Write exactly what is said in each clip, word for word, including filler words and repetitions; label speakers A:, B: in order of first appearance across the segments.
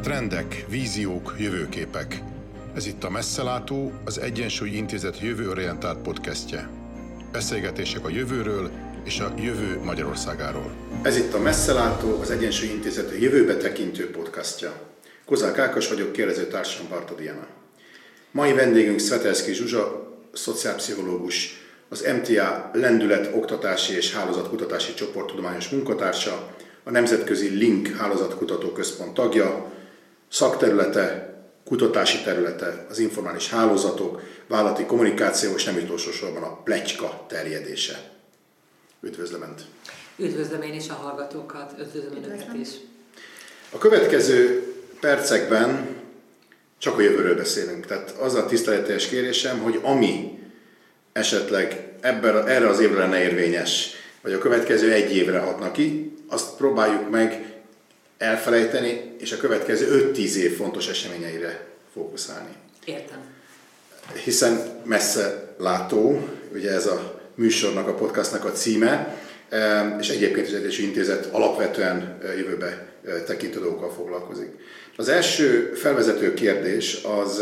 A: Trendek, víziók, jövőképek. Ez itt a Messzelátó, az Egyensúly Intézet jövőorientált podcastje. Beszélgetések a jövőről és a jövő Magyarországáról. Ez itt a Messzelátó, az Egyensúly Intézet jövőbe tekintő podcastja. Kozák Ákos vagyok, kérdezőtársam Barta Diana. Mai vendégünk Szvetelszky Zsuzsa, szociálpszichológus, az em té á Lendület Oktatási és Hálózatkutatási Csoport tudományos munkatársa, a Nemzetközi Link Hálózatkutató Központ tagja, szakterülete, kutatási területe, az informális hálózatok, vállalati kommunikáció és nem utolsó sorban a pletyka terjedése. Üdvözlöm Önt!
B: Üdvözlöm én is a hallgatókat, üdvözlöm Önöket is! A
A: következő percekben csak a jövőről beszélünk. Tehát az a tiszteleteljes kérésem, hogy ami esetleg ebben, erre az évre lenne érvényes, vagy a következő egy évre hatna ki, azt próbáljuk meg elfelejteni, és a következő öt-tíz év fontos eseményeire fókuszálni.
B: Értem.
A: Hiszen messze látó, ugye ez a műsornak, a podcastnak a címe, és egyébként az Egyensúly Intézet alapvetően jövőbe tekintő dolgokkal foglalkozik. Az első felvezető kérdés az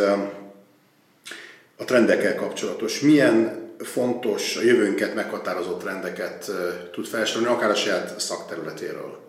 A: a trendekkel kapcsolatos. Milyen fontos a jövőnket meghatározó trendeket tud felsorolni, akár a saját szakterületéről?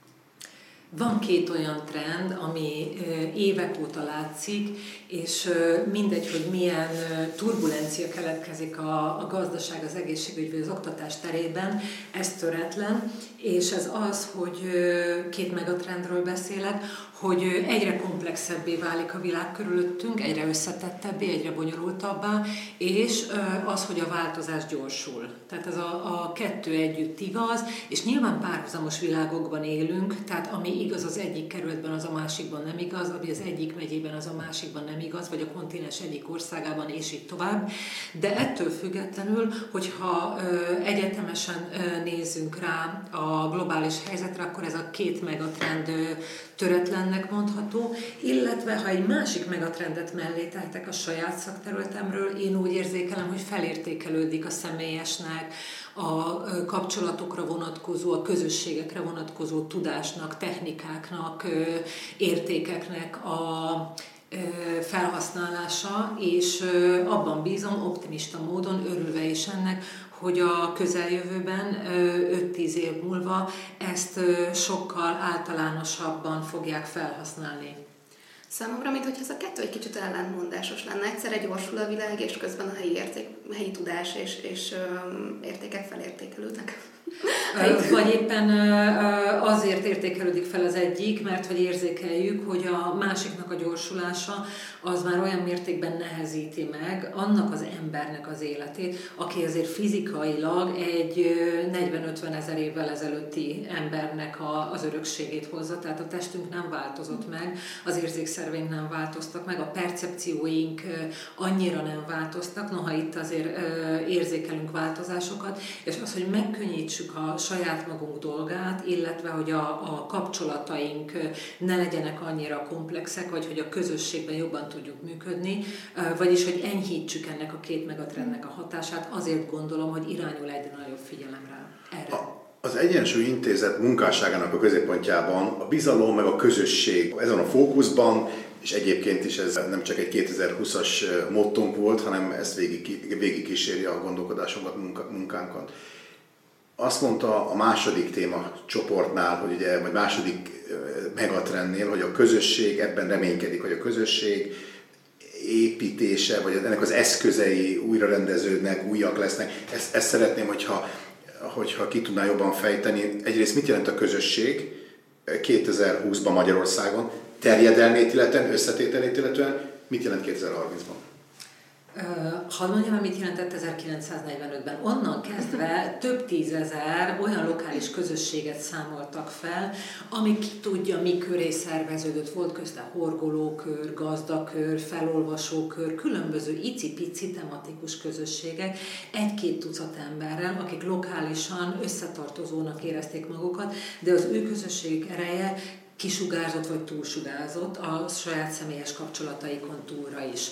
B: Van két olyan trend, ami évek óta látszik, és mindegy, hogy milyen turbulencia keletkezik a, a gazdaság, az egészségügy vagy az oktatás terében, ez töretlen, és ez az, hogy két megatrendről beszélek, hogy egyre komplexebbé válik a világ körülöttünk, egyre összetettebbé, egyre bonyolultabbá, és az, hogy a változás gyorsul. Tehát ez a, a kettő együtt igaz, és nyilván párhuzamos világokban élünk, tehát ami igaz az egyik kerületben, az a másikban nem igaz, ami az egyik megyében, az a másikban nem igaz, vagy a kontinens egyik országában, és így tovább. De ettől függetlenül, hogyha egyetemesen nézzünk rá a globális helyzetre, akkor ez a két megatrend töretlennek mondható, illetve ha egy másik megatrendet mellé tettek a saját szakterületemről, én úgy érzékelem, hogy felértékelődik a személyesnek, a kapcsolatokra vonatkozó, a közösségekre vonatkozó tudásnak, technikáknak, értékeknek a felhasználása, és abban bízom, optimista módon, örülve is ennek, hogy a közeljövőben, öt-tíz év múlva ezt sokkal általánosabban fogják felhasználni.
C: Számomra, mintha ez a kettő egy kicsit ellentmondásos lenne. Egyszerre gyorsul a világ, és közben a helyi, érték, helyi tudás és, és um, értékek felértékelődnek.
B: Vagy éppen azért értékelődik fel az egyik, mert hogy érzékeljük, hogy a másiknak a gyorsulása az már olyan mértékben nehezíti meg annak az embernek az életét, aki azért fizikailag egy negyven-ötven ezer évvel ezelőtti embernek a, az örökségét hozza, tehát a testünk nem változott meg, az érzékszerveink nem változtak meg, a percepcióink annyira nem változtak, noha itt azért érzékelünk változásokat, és az, hogy megkönnyítsük a saját magunk dolgát, illetve hogy a, a kapcsolataink ne legyenek annyira komplexek, vagy hogy a közösségben jobban tudjuk működni, vagyis hogy enyhítsük ennek a két megatrendnek a hatását, azért gondolom, hogy irányul egyre nagyobb figyelem rá erre.
A: A, az Egyensúly Intézet munkásságának a középpontjában a bizalom meg a közösség ezen a fókuszban, és egyébként is ez nem csak egy kétezer-húszas mottónk volt, hanem ezt végig, végig kíséri a gondolkodásunkat, munka, munkánkat. Azt mondta a második téma csoportnál, hogy ugye, vagy második megatrendnél, hogy a közösség ebben reménykedik, hogy a közösség építése, vagy ennek az eszközei újra rendeződnek, újak lesznek. Ezt, ezt szeretném, hogyha, hogyha ki tudná jobban fejteni. Egyrészt mit jelent a közösség kétezer-húszban Magyarországon, terjedelmét illetően, összetételét illetően, mit jelent kétezer-harmincban?
B: Hadd mondjam, mit jelentett ezerkilencszáznegyvenötben. Onnan kezdve több tízezer olyan lokális közösséget számoltak fel, ami ki tudja, mi köré szerveződött. Volt közte horgolókör, gazdakör, felolvasókör, különböző icipici tematikus közösségek, egy-két tucat emberrel, akik lokálisan összetartozónak érezték magukat, de az ő közösségük ereje kisugárzott vagy túlsugárzott a saját személyes kapcsolataikon túlra is.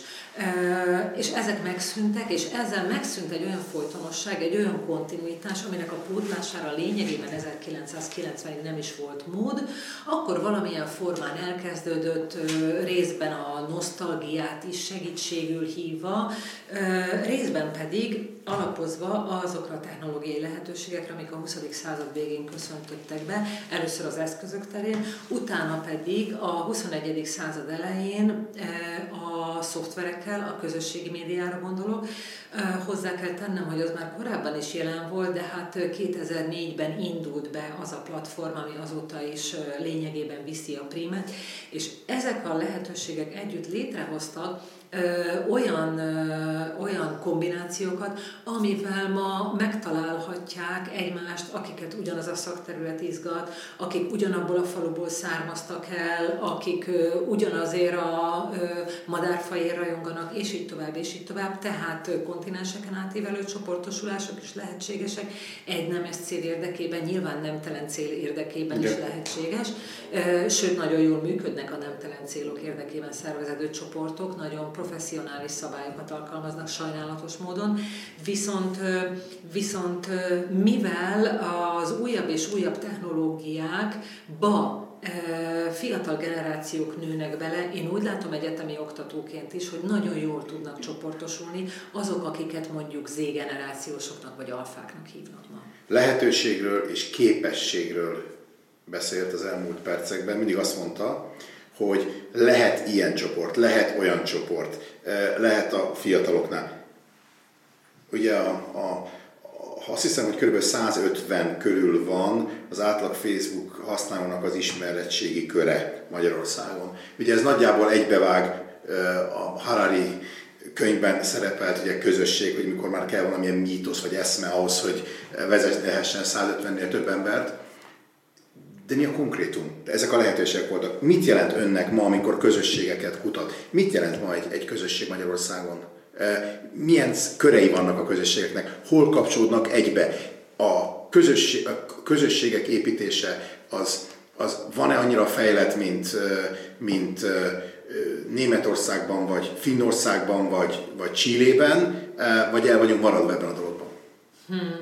B: És ezek megszűntek, és ezzel megszűnt egy olyan folytonosság, egy olyan kontinuitás, aminek a pótlására lényegében ezerkilencszázkilencvenig nem is volt mód, akkor valamilyen formán elkezdődött, részben a nosztalgiát is segítségül hívva, részben pedig alapozva azokra a technológiai lehetőségekre, amik a huszadik század végén köszöntöttek be, először az eszközök terén, utána pedig a huszonegyedik század elején a szoftverekkel, a közösségi médiára gondolok. Hozzá kell tennem, hogy az már korábban is jelen volt, de hát kétezer-négyben indult be az a platform, ami azóta is lényegében viszi a prímet, és ezek a lehetőségek együtt létrehoztak Ö, olyan, ö, olyan kombinációkat, amivel ma megtalálhatják egymást, akiket ugyanaz a szakterület izgat, akik ugyanabból a faluból származtak el, akik ö, ugyanazért a ö, madárfajért rajonganak, és így tovább, és így tovább. Tehát ö, kontinenseken átívelő csoportosulások is lehetségesek, egy nemes cél érdekében, nyilván nemtelen cél érdekében De. is lehetséges, ö, sőt, nagyon jól működnek a nemtelen célok érdekében szerveződő csoportok, nagyon professzionális szabályokat alkalmaznak sajnálatos módon, viszont, viszont mivel az újabb és újabb technológiákba fiatal generációk nőnek bele, én úgy látom egyetemi oktatóként is, hogy nagyon jól tudnak csoportosulni azok, akiket mondjuk Z-generációsoknak vagy alfáknak hívnak ma.
D: Lehetőségről és képességről beszélt az elmúlt percekben, mindig azt mondta, hogy lehet ilyen csoport, lehet olyan csoport, lehet a fiataloknál. Ugye a, a, azt hiszem, hogy kb. százötven körül van az átlag Facebook használónak az ismeretségi köre Magyarországon. Ugye ez nagyjából egybevág a Harari könyvben szerepelt ugye közösség, hogy mikor már kell valamilyen mítosz vagy eszme ahhoz, hogy vezethessen százötvennél több embert. De mi a konkrétum? Ezek a lehetőségek voltak. Mit jelent önnek ma, amikor közösségeket kutat? Mit jelent ma egy, egy közösség Magyarországon? Milyen körei vannak a közösségeknek? Hol kapcsolódnak egybe? A, közösség, a közösségek építése az, az van-e annyira fejlett, mint, mint Németországban, vagy Finnországban, vagy, vagy Chilében, vagy el vagyunk maradva ebben a dologban?
B: Hmm.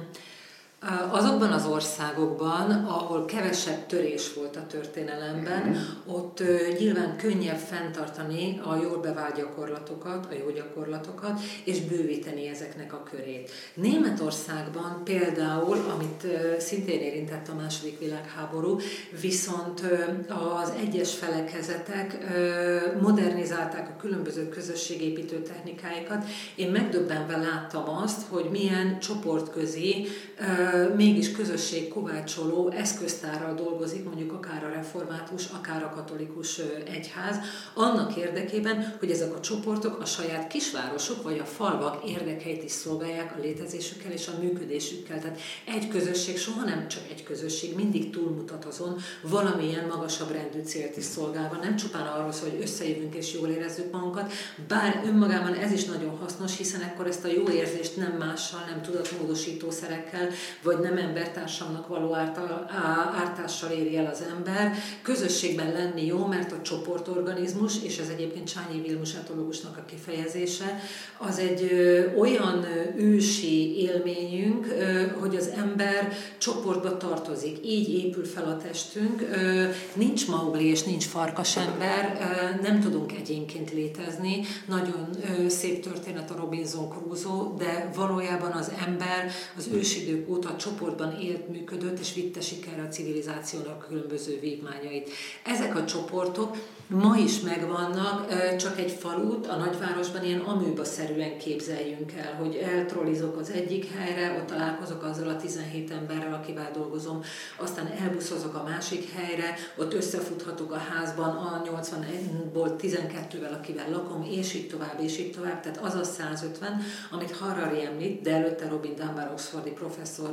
B: Azokban az országokban, ahol kevesebb törés volt a történelemben, mm. ott uh, nyilván könnyebb fenntartani a jól bevált gyakorlatokat, a jó gyakorlatokat, és bővíteni ezeknek a körét. Németországban például, amit uh, szintén érintett a második világháború, viszont uh, az egyes felekezetek uh, modernizálták a különböző közösségépítő technikáikat. Én megdöbbenve láttam azt, hogy milyen csoportközi uh, mégis közösségkovácsoló eszköztárral dolgozik, mondjuk akár a református, akár a katolikus egyház, annak érdekében, hogy ezek a csoportok a saját kisvárosok vagy a falvak érdekeit is szolgálják a létezésükkel és a működésükkel. Tehát egy közösség soha nem csak egy közösség, mindig túlmutat azon, valamilyen magasabb rendű célt is szolgálva, nem csupán arról szól, hogy összejövünk és jól érezzük magunkat, bár önmagában ez is nagyon hasznos, hiszen akkor ezt a jó érzést nem mással, nem tudatmódosítószerekkel, vagy nem embertársamnak való ártással éri el az ember. Közösségben lenni jó, mert a csoportorganizmus, és ez egyébként Csányi Vilmos etológusnak a kifejezése, az egy ö, olyan ö, ősi élményünk, ö, hogy az ember csoportba tartozik. Így épül fel a testünk. Ö, nincs Maugli és nincs farkasember, ö, nem tudunk egyénként létezni. Nagyon ö, szép történet a Robinson Crusoe, de valójában az ember az ősidők óta a csoportban élt, működött, és vitte sikerre a civilizációnak különböző vívmányait. Ezek a csoportok ma is megvannak, csak egy falut a nagyvárosban ilyen amőba-szerűen képzeljünk el, hogy eltrollizok az egyik helyre, ott találkozok azzal a tizenhét emberrel, akivel dolgozom, aztán elbuszozok a másik helyre, ott összefuthatok a házban a nyolcvanegyból tizenkettővel, akivel lakom, és így tovább, és így tovább. Tehát az a százötven, amit Harari említ, de előtte Robin Dunbar oxfordi professzor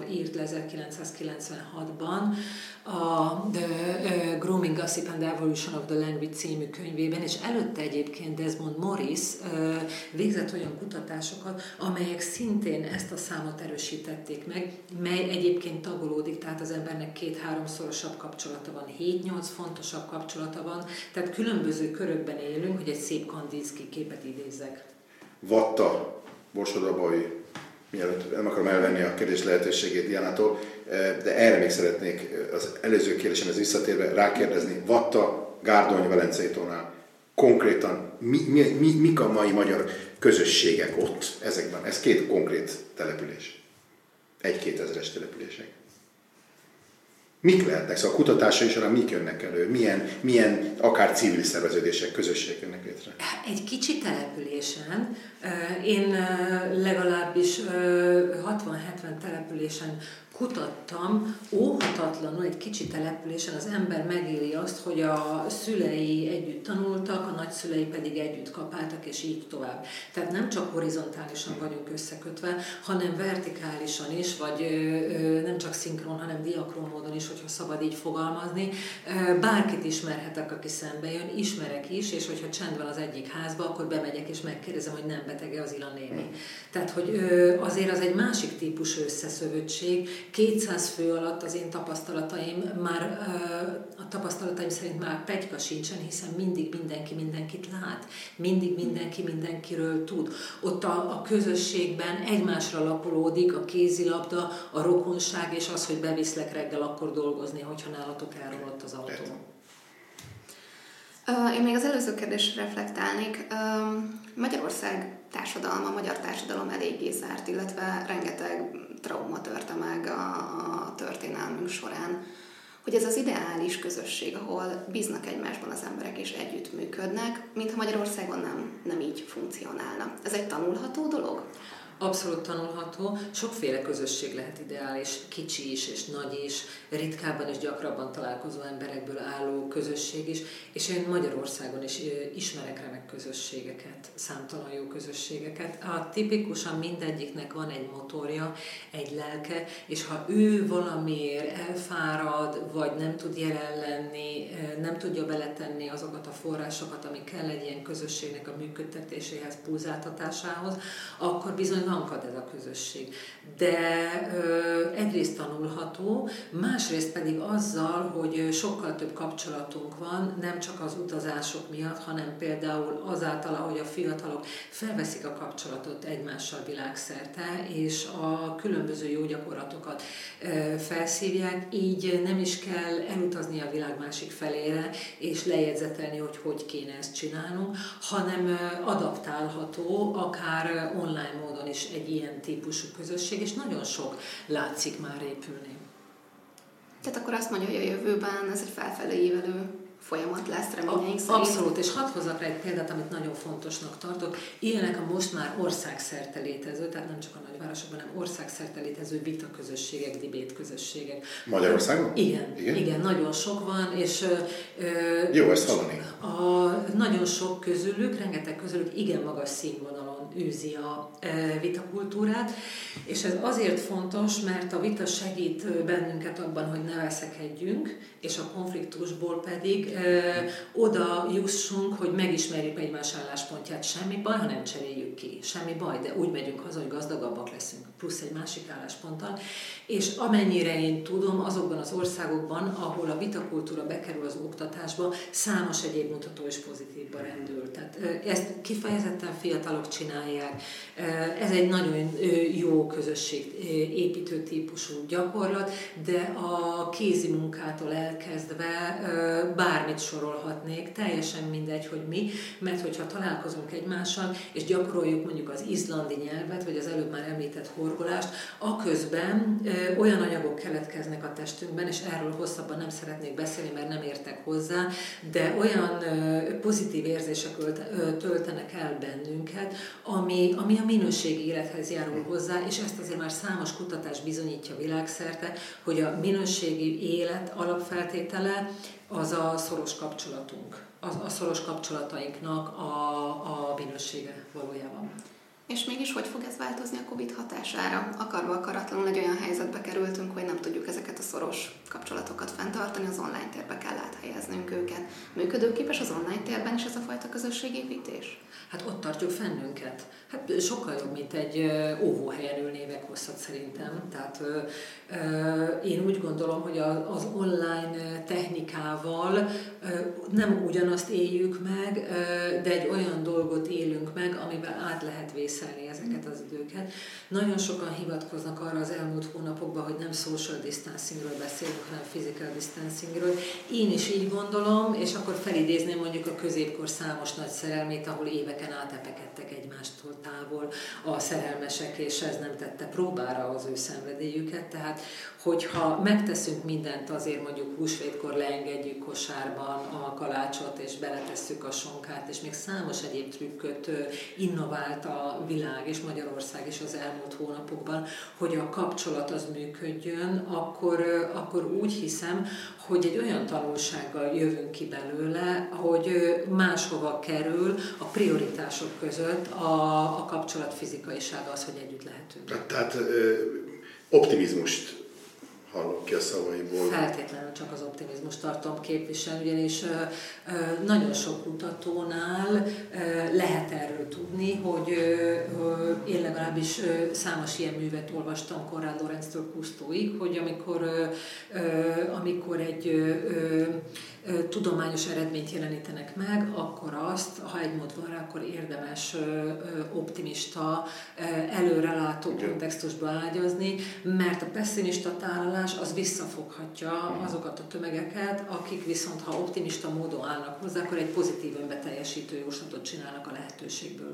B: írt le ezerkilencszázkilencvenhatban a The Grooming Gossip and the Evolution of the Language című könyvében, és előtte egyébként Desmond Morris végzett olyan kutatásokat, amelyek szintén ezt a számot erősítették meg, mely egyébként tagolódik, tehát az embernek két-háromszorosabb kapcsolata van, hét-nyolc fontosabb kapcsolata van, tehát különböző körökben élünk, hogy egy szép Kandinsky képet idézzek.
D: Vatta, Borsod-Abaúj, mielőtt nem akarom elvenni a kérdés lehetőségét Diánától, de erre még szeretnék az előző kérdésemhez visszatérve rákérdezni. Vatta, Gárdony, Velencei tónál konkrétan mi, mi, mi, mik a mai magyar közösségek ott ezekben? Ez két konkrét település. Egy-kétezres települések. Mik lehetnek? Szóval a kutatásai során mik jönnek elő? Milyen, milyen akár civil szerveződések, közösségek jönnek létre?
B: Egy kicsi településen, én legalábbis hatvan-hetven településen kutattam, óhatatlanul egy kicsi településen az ember megéli azt, hogy a szülei együtt tanultak, a nagyszülei pedig együtt kapáltak, és így tovább. Tehát nem csak horizontálisan vagyunk összekötve, hanem vertikálisan is, vagy nem csak szinkron, hanem diakron módon is, hogyha szabad így fogalmazni. Bárkit ismerhetek, aki szembe jön, ismerek is, és hogyha csend van az egyik házba, akkor bemegyek és megkérdezem, hogy nem betege az Ila néni. Tehát, hogy azért az egy másik típusú összeszövődtség. kétszáz fő alatt az én tapasztalataim már, a tapasztalataim szerint már pletyka sincsen, hiszen mindig mindenki mindenkit lát, mindig mindenki mindenkiről tud. Ott a, a közösségben egymásra lapolódik a kézilabda, a rokonság, és az, hogy beviszlek reggel akkor dolgozni, hogyha nálatok elromlott az autó.
C: Én még az előző kérdésre reflektálnék. Magyarország társadalma, magyar társadalom eléggé zárt, illetve rengeteg trauma törte meg a, a történelmünk során, hogy ez az ideális közösség, ahol bíznak egymásban az emberek és együttműködnek, mintha Magyarországon nem, nem így funkcionálna. Ez egy tanulható dolog?
B: Abszolút tanulható. Sokféle közösség lehet ideális, kicsi is és nagy is, ritkábban és gyakrabban találkozó emberekből álló közösség is, és én Magyarországon is ismerek remek közösségeket, számtalan jó közösségeket. A tipikusan mindegyiknek van egy motorja, egy lelke, és ha ő valamiért elfárad, vagy nem tud jelen lenni, nem tudja beletenni azokat a forrásokat, ami kell egy ilyen közösségnek a működtetéséhez, pulzáltatásához, akkor bizony lankad ez a közösség. De ö, egyrészt tanulható, másrészt pedig azzal, hogy sokkal több kapcsolatunk van, nem csak az utazások miatt, hanem például azáltal, ahogy a fiatalok felveszik a kapcsolatot egymással világszerte, és a különböző jó gyakorlatokat ö, felszívják, így nem is kell elutazni a világ másik felére, és lejegyzetelni, hogy hogy kéne ezt csinálnunk, hanem adaptálható, akár online módon is egy ilyen típusú közösség, és nagyon sok látszik már épülni.
C: Tehát akkor azt mondja, hogy a jövőben ez egy felfelé ívelő folyamat lesz, reményeink szerint.
B: Abszolút, és hadd hozzak rá egy példát, amit nagyon fontosnak tartok. Ilyenek a most már országszerte létező, tehát nem csak a nagyvárosokban, hanem országszerte létező vitaközösségek, dibétközösségek.
D: Magyarországon?
B: Igen, igen, igen, nagyon sok van, és ö,
D: jó ezt hallani.
B: A, nagyon sok közülük, rengeteg közülük igen magas színvonalon űzi a e, vitakultúrát, és ez azért fontos, mert a vita segít bennünket abban, hogy ne veszekedjünk, és a konfliktusból pedig e, oda jussunk, hogy megismerjük egymás álláspontját. Semmi baj, ha nem cseréljük ki. Semmi baj, de úgy megyünk haza, hogy gazdagabbak leszünk, plusz egy másik állásponttal. És amennyire én tudom, azokban az országokban, ahol a vitakultúra bekerül az oktatásba, számos egyéb mutató is pozitívba rendül. Tehát ezt kifejezetten fiatalok csinálják. Ez egy nagyon jó közösségépítő típusú gyakorlat, de a kézi munkától elkezdve bármit sorolhatnék, teljesen mindegy, hogy mi, mert hogyha találkozunk egymással, és gyakoroljuk mondjuk az izlandi nyelvet, vagy az előbb már említett horgolást, aközben olyan anyagok keletkeznek a testünkben, és erről hosszabban nem szeretnék beszélni, mert nem értek hozzá, de olyan pozitív érzések töltenek el bennünket, ami, ami a minőségi élethez járul hozzá, és ezt azért már számos kutatás bizonyítja világszerte, hogy a minőségi élet alapfeltétele az a szoros kapcsolatunk, az a szoros kapcsolatainknak a, a minősége valójában.
C: És mégis hogy fog ez változni a Covid hatására? Akarva akaratlanul egy olyan helyzetbe kerültünk, hogy nem tudjuk ezeket a szoros kapcsolatokat fenntartani, az online térbe kell áthelyeznünk őket. Működőképes az online térben is ez a fajta közösségépítés?
B: Hát ott tartjuk fennünket. Hát sokkal jobb, mint egy óvóhelyen ülni évek hosszat szerintem. Tehát ö, ö, én úgy gondolom, hogy a, az online technikával ö, nem ugyanazt éljük meg, ö, de egy olyan dolgot élünk meg, amivel át lehet vészelni ezeket az időket. Nagyon sokan hivatkoznak arra az elmúlt hónapokban, hogy nem social distancingről beszélünk, hanem physical distancingről. Én is így gondolom, és akkor felidézném mondjuk a középkor számos nagy szerelmét, ahol éveken át epekedtek egymástól távol a szerelmesek, és ez nem tette próbára az ő szenvedélyüket. Tehát, hogyha megteszünk mindent azért, mondjuk húsvétkor leengedjük kosárban a kalácsot, és beletesszük a sonkát, és még számos egyéb trükköt innovált a világ és Magyarország is az elmúlt hónapokban, hogy a kapcsolat az működjön, akkor, akkor úgy hiszem, hogy egy olyan tanulsággal jövünk ki belőle, hogy máshova kerül a prioritások között a, a kapcsolat fizikaisága az, hogy együtt lehetünk.
D: Tehát optimizmust hallok ki a szavaiból.
B: Feltétlenül csak az optimizmust tartom képviselni, ugyanis nagyon sok kutatónál lehet erről tudni, hogy én legalábbis számos ilyen művet olvastam Konrád Lorenztől Cousteauig, hogy amikor, amikor egy tudományos eredményt jelenítenek meg, akkor azt, ha egy mód van rá, akkor érdemes optimista, előrelátó kontextusba ágyazni, mert a pessimista tálalás az visszafoghatja azokat a tömegeket, akik viszont, ha optimista módon állnak hozzá, akkor egy pozitív önbeteljesítő jóslatot csinálnak a lehetőségből.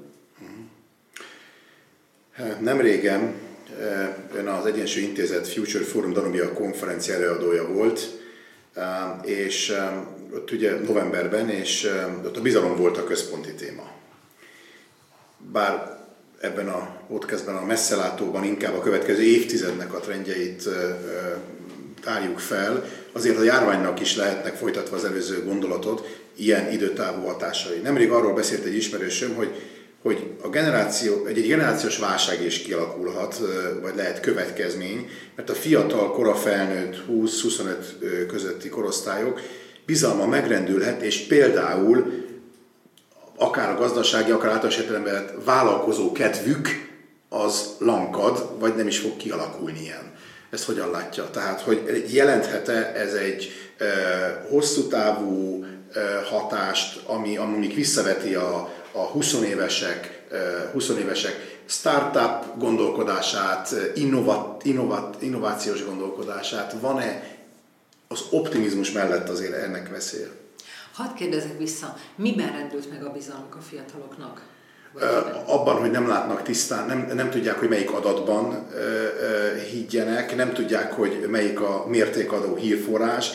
D: Nem régen ön az Egyensúly Intézet Future Forum Danubia konferencia előadója volt, és ott ugye novemberben, és ott a bizalom volt a központi téma. Bár ebben a podcastben, a messzelátóban inkább a következő évtizednek a trendjeit tárjuk fel, azért a járványnak is lehetnek folytatva az előző gondolatot ilyen időtávú hatásai. Nemrég arról beszélt egy ismerősöm, hogy hogy a generáció, egy, egy generációs válság is kialakulhat, vagy lehet következmény, mert a fiatal, korafelnőtt húsz-huszonöt közötti korosztályok bizalma megrendülhet, és például akár a gazdasági, akár általános értelemben vállalkozó kedvük az lankad, vagy nem is fog kialakulni ilyen. Ezt hogyan látja? Tehát, hogy jelenthet-e ez egy e, hosszú távú e, hatást, ami amúgy visszaveti a a huszonévesek, huszonévesek startup gondolkodását, innovat, innovat, innovációs gondolkodását, van-e az optimizmus mellett azért ennek veszélye?
B: Hadd kérdezek vissza, miben rendült meg a bizalmuk a fiataloknak?
D: Abban, hogy nem látnak tisztán, nem, nem tudják, hogy melyik adatban higgyenek, nem tudják, hogy melyik a mértékadó hírforrás,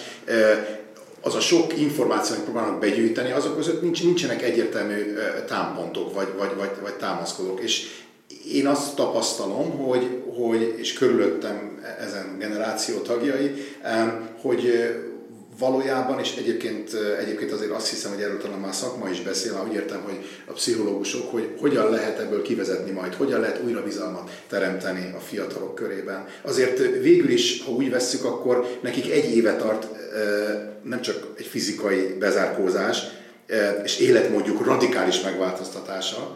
D: az a sok információ, amit próbálnak begyűjteni, azok között nincs, nincsenek egyértelmű támpontok, vagy, vagy, vagy, vagy támaszkodók. És én azt tapasztalom, hogy, hogy és körülöttem ezen generáció tagjai, hogy valójában, és egyébként, egyébként azért azt hiszem, hogy erről talán már szakma is beszél, úgy értem, hogy a pszichológusok, hogy hogyan lehet ebből kivezetni majd, hogyan lehet újra bizalmat teremteni a fiatalok körében. Azért végül is, ha úgy vesszük, akkor nekik egy éve tart nem csak egy fizikai bezárkózás és életmódjuk radikális megváltoztatása,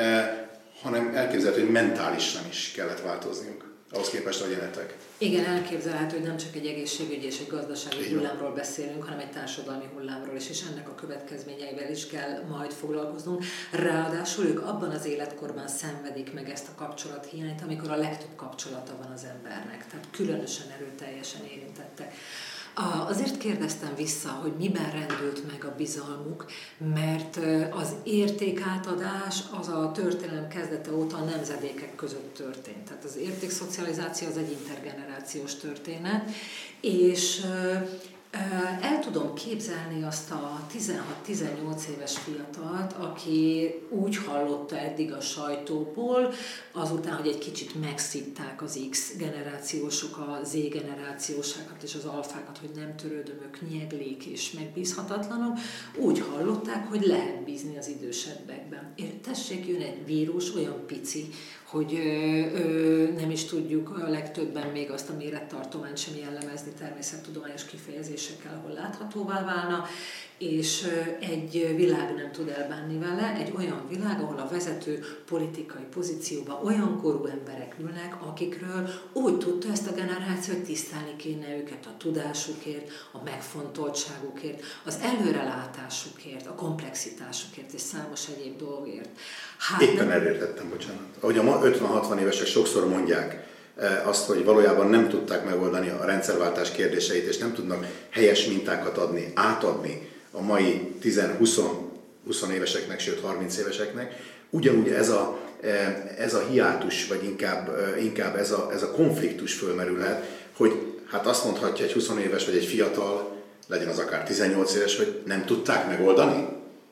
D: hanem elképzelhető, hogy mentálisan is kellett változniuk. Ahhoz képest, hogy jelentek.
B: Igen, elképzelhető, hogy nem csak egy egészségügyi és egy gazdasági hullámról beszélünk, hanem egy társadalmi hullámról is, és ennek a következményeivel is kell majd foglalkoznunk. Ráadásul ők abban az életkorban szenvedik meg ezt a kapcsolathiányt, amikor a legtöbb kapcsolata van az embernek, tehát különösen erőteljesen érintettek. Azért kérdeztem vissza, hogy miben rendült meg a bizalmuk, mert az értékátadás az a történelem kezdete óta a nemzedékek között történt. Tehát az értékszocializáció az egy intergenerációs történet, és el tudom képzelni azt a tizenhat-tizennyolc éves fiatalt, aki úgy hallotta eddig a sajtóból, azután, hogy egy kicsit megszitták az X generációsok, a Z generációsákat és az alfákat, hogy nem törődömök, nyeglék és megbízhatatlanok, úgy hallották, hogy lehet bízni az idősebbekben. És tessék, jön egy vírus, olyan pici, hogy ö, ö, nem is tudjuk a legtöbben még azt a mérettartományt sem jellemezni természettudományos kifejezésekkel, ahol láthatóvá válna, és ö, egy világ nem tud elbánni vele, egy olyan világ, ahol a vezető politikai pozícióban olyan korú emberek ülnek, akikről úgy tudta ezt a generáció, hogy tisztelni kéne őket a tudásukért, a megfontoltságukért, az előrelátásukért, a komplexitásukért és számos egyéb dolgért.
D: Hát éppen nem... erről tettem, bocsánat. Ahogy a ma ötven-hatvan évesek sokszor mondják azt, hogy valójában nem tudták megoldani a rendszerváltás kérdéseit, és nem tudnak helyes mintákat adni, átadni a mai tíz-húsz éveseknek, sőt harminc éveseknek, ugyanúgy ez a, ez a hiátus, vagy inkább, inkább ez, a, ez a konfliktus fölmerülhet, hogy hát azt mondhatja egy húsz éves, vagy egy fiatal, legyen az akár tizennyolc éves, hogy nem tudták megoldani?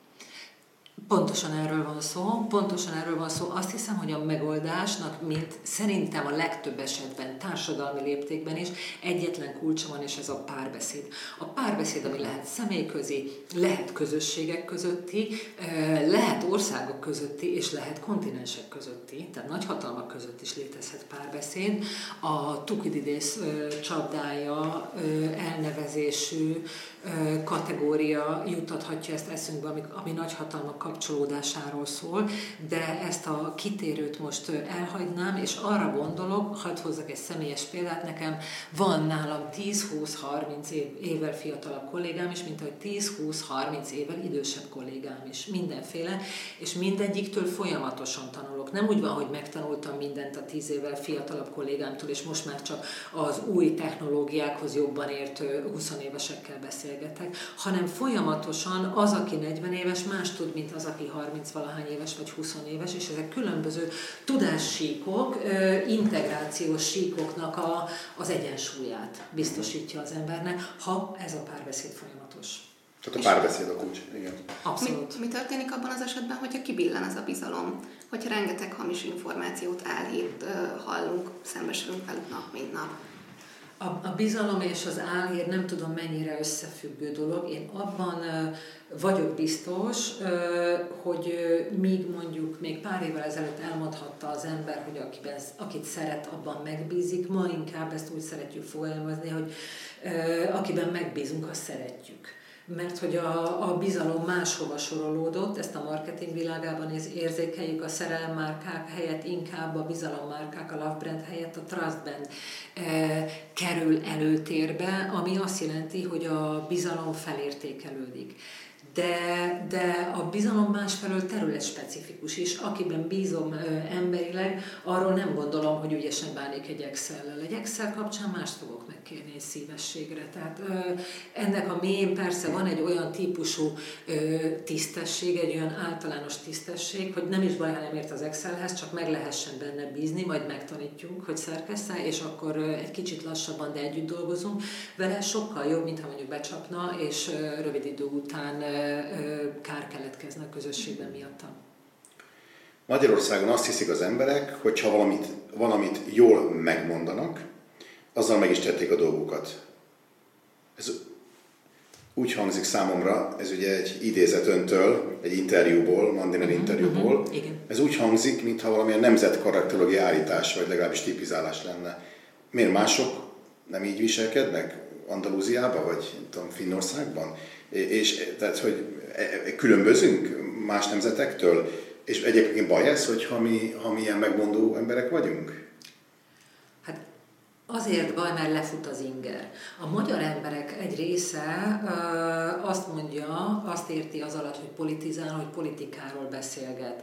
B: Pontosan erről van szó, pontosan erről van szó. Azt hiszem, hogy a megoldásnak, mint szerintem a legtöbb esetben, társadalmi léptékben is egyetlen kulcsa van, és ez a párbeszéd. A párbeszéd, ami lehet személyközi, lehet közösségek közötti, lehet országok közötti, és lehet kontinensek közötti, tehát nagyhatalmak között is létezhet párbeszéd. A Thukydides csapdája elnevezésű kategória juttathatja ezt eszünkbe, ami, ami nagyhatalmak kapcsolódásáról szól, de ezt a kitérőt most elhagynám, és arra gondolok, hadd hozzak egy személyes példát, nekem van nálam tíz-húsz-harminc év, évvel fiatalabb kollégám is, mint ahogy tíz-húsz-harminc évvel idősebb kollégám is, mindenféle, és mindegyiktől folyamatosan tanulok. Nem úgy van, hogy megtanultam mindent a tíz évvel fiatalabb kollégámtól, és most már csak az új technológiákhoz jobban értő húsz évesekkel beszél, hanem folyamatosan az, aki negyven éves, más tud, mint az, aki harminc-valahány éves vagy húsz éves, és ezek különböző tudássíkok, integrációs síkoknak a, az egyensúlyát biztosítja az embernek, ha ez a párbeszéd folyamatos.
D: Tehát a párbeszéd a kulcs, igen.
B: Abszolút.
C: Mi, mi történik abban az esetben, hogyha kibillen ez a bizalom? Hogyha rengeteg hamis információt, álhírt hallunk, szembesülünk velük nap, mint nap?
B: A, a bizalom és az álhír nem tudom mennyire összefüggő dolog. Én abban vagyok biztos, hogy míg mondjuk még pár évvel ezelőtt elmondhatta az ember, hogy akiben, akit szeret, abban megbízik, ma inkább ezt úgy szeretjük fogalmazni, hogy akiben megbízunk, azt szeretjük. Mert hogy a, a bizalom máshova sorolódott, ezt a marketing világában érzékeljük, a szerelemmárkák helyett inkább a bizalommárkák, a love brand helyett a trust brand e, kerül előtérbe, ami azt jelenti, hogy a bizalom felértékelődik. De, de a bizalom másfelől területspecifikus is. Akiben bízom ö, emberileg, arról nem gondolom, hogy ügyesen bánik egy Excel-lel. Egy Excel kapcsán mást fogok megkérni egy szívességre. Tehát ö, ennek a mélyén persze van egy olyan típusú ö, tisztesség, egy olyan általános tisztesség, hogy nem is baj, ha nem ért az Excelhez, csak meg lehessen benne bízni, majd megtanítjuk, hogy szerkesszel, és akkor ö, egy kicsit lassabban, de együtt dolgozunk. Vele sokkal jobb, mintha mondjuk becsapna, és ö, rövid idő után ö, kár keletkezne a közösségben miattam.
D: Magyarországon azt hiszik az emberek, hogy ha valamit, valamit jól megmondanak, azzal meg is tették a dolgukat. Ez úgy hangzik számomra, ez ugye egy idézet öntől, egy interjúból, Mandiner uh-huh, interjúból.
B: Uh-huh, igen.
D: Ez úgy hangzik, mintha valamilyen nemzetkarakterológiai állítás, vagy legalábbis tipizálás lenne. Miért mások nem így viselkednek? Andalúziában, vagy nem tudom, Finnországban? És tehát, hogy különbözünk más nemzetektől, és egyébként baj ez, hogy ha mi, ha mi ilyen megmondó emberek vagyunk?
B: Hát azért baj, mert lefut az inger. A magyar emberek egy része ö, azt mondja, azt érti az alatt, hogy politizál, hogy politikáról beszélget.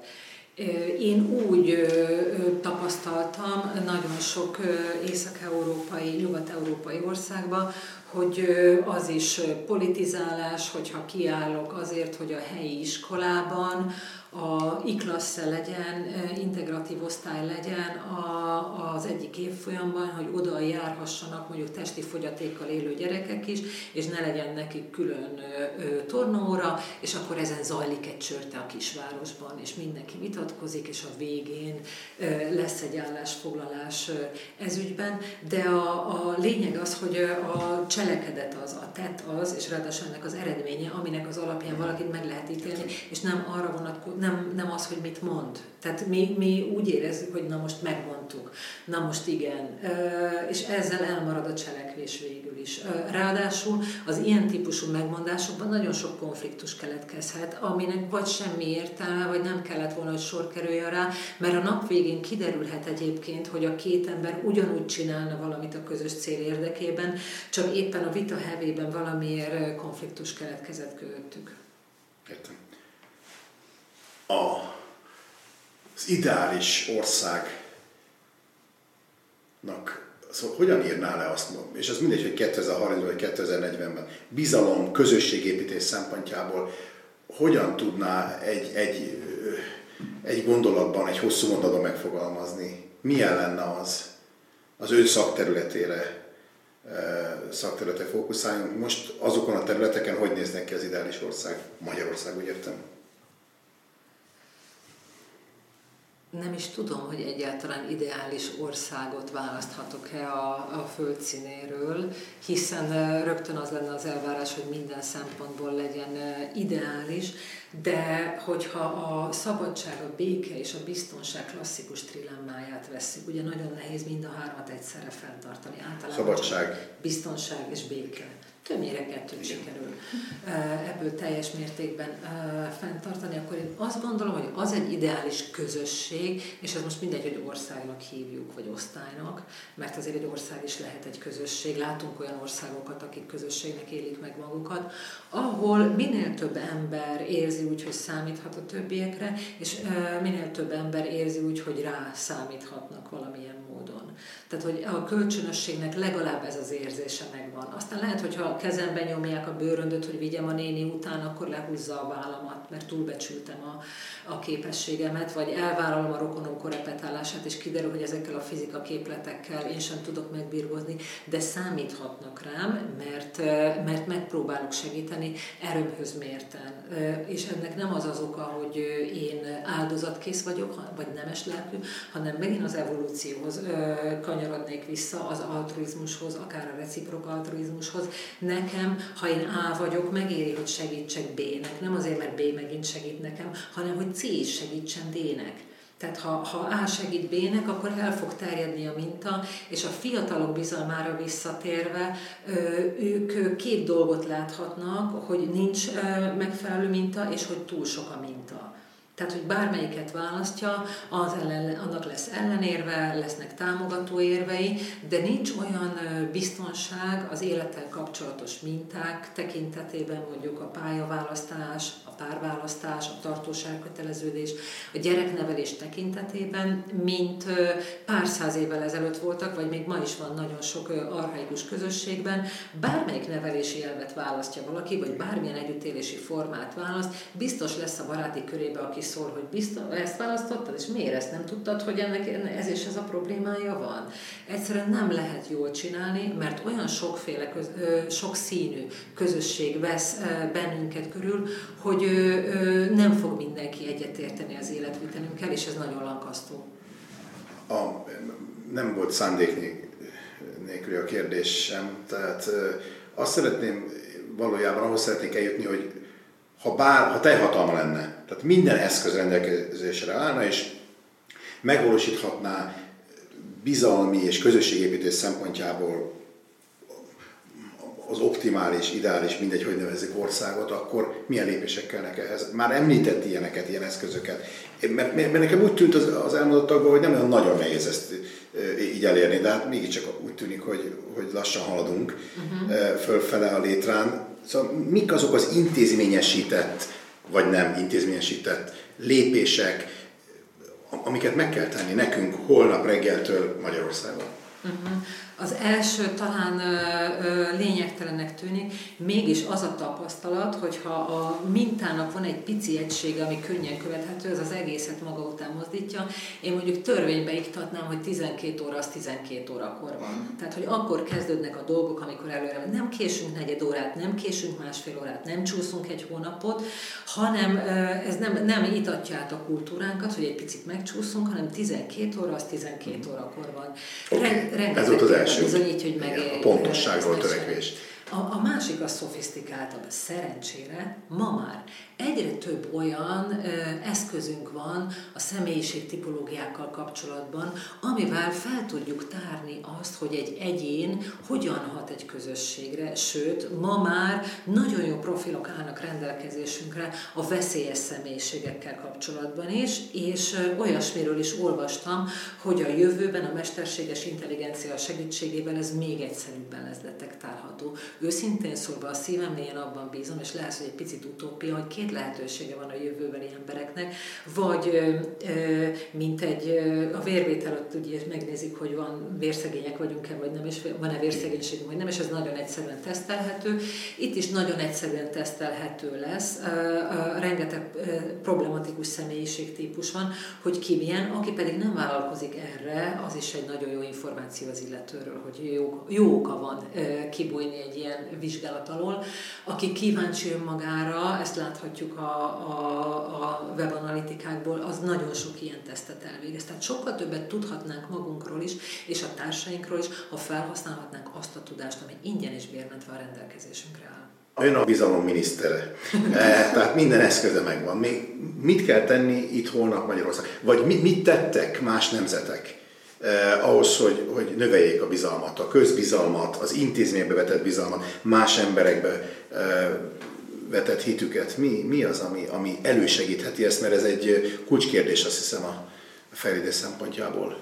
B: Én úgy tapasztaltam nagyon sok észak-európai, nyugat-európai országban, hogy az is politizálás, hogyha kiállok azért, hogy a helyi iskolában a I-klassze legyen, integratív osztály legyen a, az egyik évfolyamban, hogy oda járhassanak mondjuk testi fogyatékkal élő gyerekek is, és ne legyen nekik külön tornaóra, és akkor ezen zajlik egy csörte a kisvárosban, és mindenki vitatkozik, és a végén lesz egy állásfoglalás ezügyben, de a, a lényeg az, hogy a cselekedet az, a tett az, és ráadásul ennek az eredménye, aminek az alapján valakit meg lehet ítélni, és nem arra vonatkozik, nem, nem az, hogy mit mond. Tehát mi, mi úgy érezzük, hogy na most megmondtuk, na most igen, és ezzel elmarad a cselekvés végül is. Ráadásul az ilyen típusú megmondásokban nagyon sok konfliktus keletkezhet, aminek vagy semmi értelme, vagy nem kellett volna, hogy sor kerüljön rá, mert a nap végén kiderülhet egyébként, hogy a két ember ugyanúgy csinálna valamit a közös cél érdekében, csak éppen a vita hevében valamiért konfliktus keletkezett közöttük.
D: Értem. A, az ideális országnak, szóval hogyan írná le azt, és az mindegy, hogy kétezer-harmincban vagy kétezer-negyvenben, bizalom, közösségépítés szempontjából hogyan tudná egy, egy, egy gondolatban, egy hosszú mondatban megfogalmazni, milyen lenne az, az ő szakterületére, szakterületre fókuszáljunk. Most azokon a területeken hogy néznek ki az ideális ország? Magyarország, úgy értem.
B: Nem is tudom, hogy egyáltalán ideális országot választhatok-e a, a földszínéről, hiszen rögtön az lenne az elvárás, hogy minden szempontból legyen ideális, de hogyha a szabadság, a béke és a biztonság klasszikus trilemmáját vesszük, ugye nagyon nehéz mind a hármat egyszerre fenntartani. Általában
D: szabadság,
B: biztonság és béke. Többnyire kettőt sikerül ebből teljes mértékben fenntartani, akkor én azt gondolom, hogy az egy ideális közösség, és ez most mindegy, hogy országnak hívjuk, vagy osztálynak, mert azért egy ország is lehet egy közösség. Látunk olyan országokat, akik közösségnek élik meg magukat, ahol minél több ember érzi úgy, hogy számíthat a többiekre, és minél több ember érzi úgy, hogy rá számíthatnak valamilyen módon. Tehát, hogy a kölcsönösségnek legalább ez az érzése megvan. Aztán lehet, hogyha a kezemben nyomják a bőröndöt, hogy vigyem a néni után, akkor lehúzza a vállamat, mert túlbecsültem a, a képességemet, vagy elvállalom a rokonom korepetálását, és kiderül, hogy ezekkel a fizika képletekkel én sem tudok megbirgózni, de számíthatnak rám, mert, mert megpróbálok segíteni erőmhöz mérten. És ennek nem az az oka, hogy én áldozatkész vagyok, vagy nemes lelkű, hanem megint az evolúcióhoz kanyarodnék vissza, az altruizmushoz, akár a reciprok altruizmushoz. Nekem, ha én A vagyok, megéri, hogy segítsek B-nek. Nem azért, mert B megint segít nekem, hanem hogy C is segítsen D-nek. Tehát ha, ha A segít B-nek, akkor el fog terjedni a minta, és a fiatalok bizalmára visszatérve, ők két dolgot láthatnak, hogy nincs megfelelő minta, és hogy túl sok a minta. Tehát, hogy bármelyiket választja, az ellen, annak lesz ellenérve, lesznek támogató érvei, de nincs olyan biztonság az élettel kapcsolatos minták tekintetében, mondjuk a pályaválasztás, a párválasztás, a tartós elköteleződés, a gyereknevelés tekintetében, mint pár száz évvel ezelőtt voltak, vagy még ma is van nagyon sok archaikus közösségben. Bármelyik nevelési elvet választja valaki, vagy bármilyen együttélési formát választ, biztos lesz a baráti körébe, aki szól, hogy biztos, ezt választottad, és miért ezt nem tudtad, hogy ennek ez és ez a problémája van. Egyszerűen nem lehet jól csinálni, mert olyan sokféle, köz, sok színű közösség vesz bennünket körül, hogy nem fog mindenki egyetérteni az életvitelünkkel, és ez nagyon lankasztó.
D: A, nem volt szándék nélküli a kérdésem, tehát azt szeretném, valójában ahhoz szeretnék eljutni, hogy ha, bár, ha teljhatalma lenne, tehát minden eszköz rendelkezésre állna, és megvalósíthatná bizalmi és közösségépítés szempontjából az optimális, ideális, mindegy, hogy nevezzük országot, akkor milyen lépések kellnek ehhez? Már említett ilyeneket, ilyen eszközöket. Mert, mert nekem úgy tűnt az, az elmondottakban, hogy nem olyan nagyon nehéz ezt így elérni, de hát mégiscsak úgy tűnik, hogy, hogy lassan haladunk uh-huh. fölfele a létrán. Szóval mik azok az intézményesített, vagy nem intézményesített lépések, amiket meg kell tenni nekünk holnap reggeltől Magyarországon?
B: Uh-huh. Az első talán ö, ö, lényegtelennek tűnik, mégis az a tapasztalat, hogyha a mintának van egy pici egysége, ami könnyen követhető, az az egészet maga után mozdítja. Én mondjuk törvénybe iktatnám, hogy tizenkét óra az tizenkét órakor van. Tehát, hogy akkor kezdődnek a dolgok, amikor előre nem késünk negyed órát, nem késünk másfél órát, nem csúszunk egy hónapot, hanem ö, ez nem, nem itatja át a kultúránkat, hogy egy picit megcsúszunk, hanem tizenkét óra az tizenkét órakor van.
D: Okay. Ren- Ez volt az első.
B: Bizonyítja, hogy meg
D: a pontosságról törekvés.
B: A, a másik a szofisztikáltabb. Szerencsére ma már egyre több olyan ö, eszközünk van a személyiségtipológiákkal kapcsolatban, amivel fel tudjuk tárni azt, hogy egy egyén hogyan hat egy közösségre, sőt, ma már nagyon jó profilok állnak rendelkezésünkre a veszélyes személyiségekkel kapcsolatban is, és ö, olyasmiről is olvastam, hogy a jövőben a mesterséges intelligencia segítségével ez még egyszerűbben lesz detektálható. Őszintén szólva a szívem mélyén abban bízom, és lehet, hogy egy picit utópia, hogy két lehetősége van a jövőbeli embereknek, vagy mint egy, a vérvétel ott ugye megnézik, hogy van vérszegények vagyunk-e, vagy nem, és van-e vérszegénységünk, vagy nem, és ez nagyon egyszerűen tesztelhető. Itt is nagyon egyszerűen tesztelhető lesz. Rengeteg problematikus személyiségtípus van, hogy ki milyen, aki pedig nem vállalkozik erre, az is egy nagyon jó információ az illetőről, hogy jó, jó oka van kibújni egy ilyen vizsgálat alól. Aki kíváncsi önmagára, ezt láthatjuk a, a, a webanalitikákból, az nagyon sok ilyen tesztet elvégez. Tehát sokkal többet tudhatnánk magunkról is, és a társainkról is, ha felhasználhatnánk azt a tudást, ami ingyen és bérmentve a rendelkezésünkre áll.
D: Ön a bizalom minisztere. Tehát minden eszköze megvan. Még mit kell tenni itt holnap Magyarország? Vagy mit, mit tettek más nemzetek eh, ahhoz, hogy, hogy növeljék a bizalmat, a közbizalmat, az intézménybe vetett bizalmat, más emberekbe eh, vetett hitüket? Mi, mi az, ami, ami elősegítheti ezt, mert ez egy kulcskérdés, azt hiszem, a fejlődés szempontjából.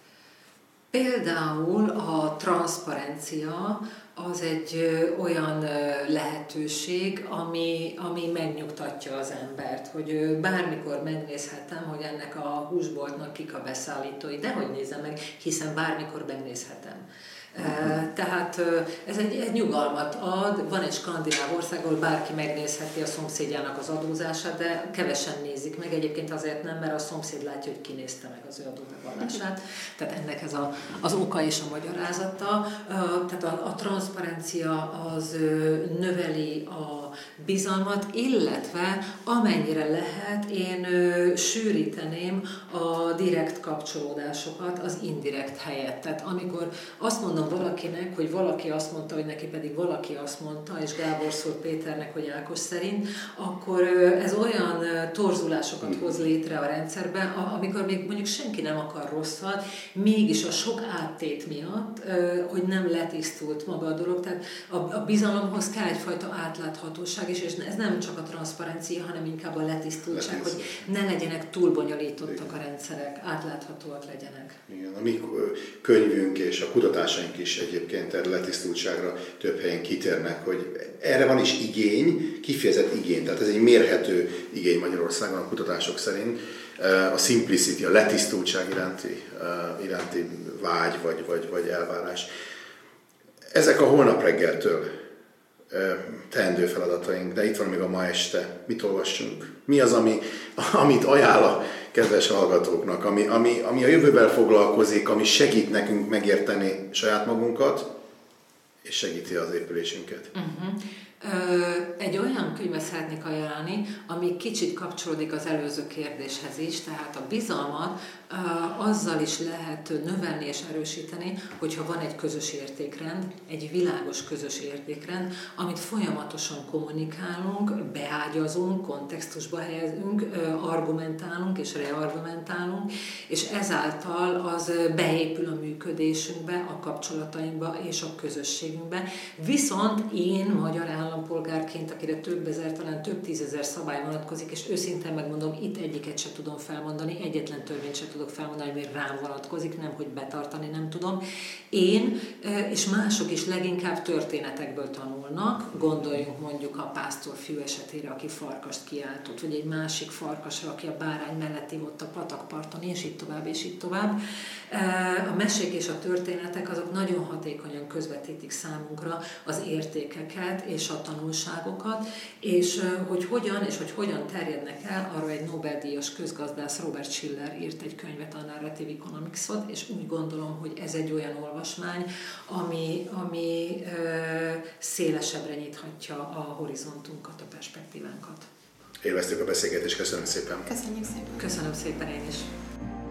B: Például a transzparencia az egy olyan lehetőség, ami, ami megnyugtatja az embert, hogy bármikor megnézhetem, hogy ennek a húsboltnak kik a beszállítói, de hogy nézem meg, hiszen bármikor megnézhetem. Tehát ez egy, egy nyugalmat ad, van egy skandináv ország, ahol bárki megnézheti a szomszédjának az adózását, de kevesen nézik meg, egyébként azért nem, mert a szomszéd látja, hogy kinézte meg az ő adóbevallását, tehát ennek ez a, az oka és a magyarázata. Tehát a, a transzparencia az növeli a bizalmat, illetve amennyire lehet, én sűríteném a direkt kapcsolódásokat az indirekt helyett. Tehát amikor azt mondom valakinek, hogy valaki azt mondta, hogy neki pedig valaki azt mondta, és Gábor szólt Péternek, hogy Ákos szerint, akkor ez olyan torzulásokat hoz létre a rendszerben, amikor még mondjuk senki nem akar rosszat, mégis a sok áttét miatt, hogy nem letisztult maga a dolog. Tehát a, a bizalomhoz kell egyfajta átláthatóság is, és ez nem csak a transzparencia, hanem inkább a letisztultság, hogy ne legyenek túl bonyolítottak a rendszerek, átláthatóak legyenek.
D: Igen, a mi könyvünk és a kutatásaink is egyébként erre letisztultságra több helyen kitérnek, hogy erre van is igény, kifejezett igény, tehát ez egy mérhető igény Magyarországon a kutatások szerint. A simplicity, a letisztultság iránti, iránti vágy vagy, vagy, vagy elvárás. Ezek a holnap reggeltől teendő feladataink, de itt van még a ma este. Mit olvassunk? Mi az, ami, amit ajánl a kedves hallgatóknak, ami, ami, ami a jövővel foglalkozik, ami segít nekünk megérteni saját magunkat, és segíti az épülésünket?
B: Uh-huh. Egy olyan könyvet szeretnék ajánlani, ami kicsit kapcsolódik az előző kérdéshez is, tehát a bizalmat azzal is lehet növelni és erősíteni, hogyha van egy közös értékrend, egy világos közös értékrend, amit folyamatosan kommunikálunk, beágyazunk, kontextusba helyezünk, argumentálunk és reargumentálunk, és ezáltal az beépül a működésünkbe, a kapcsolatainkba és a közösségünkbe. Viszont én magyar állampolgárként akire több ezer, talán több tízezer szabály vonatkozik, és őszintén megmondom, itt egyiket se tudom felmondani, egyetlen törvényt se tudok felmondani, ami rám vonatkozik, nem hogy betartani nem tudom. Én és mások is leginkább történetekből tanulnak, gondoljunk mondjuk a pásztorfiú esetére, aki farkast kiáltott, vagy egy másik farkasra, aki a bárány mellett ivott a patakparton, és így tovább, és így tovább. A mesék és a történetek azok nagyon hatékonyan közvetítik számunkra az értékeket és a tanulságokat, és hogy hogyan és hogy hogyan terjednek el, arról egy Nobel-díjas közgazdász Robert Shiller írt egy könyvet, a Narrative Economics-ot, és úgy gondolom, hogy ez egy olyan olvasmány, ami, ami ö, szélesebbre nyithatja a horizontunkat, a perspektívánkat.
D: Élveztük a beszélgetést, köszönöm szépen.
C: Köszönjük szépen.
B: Köszönöm szépen én is.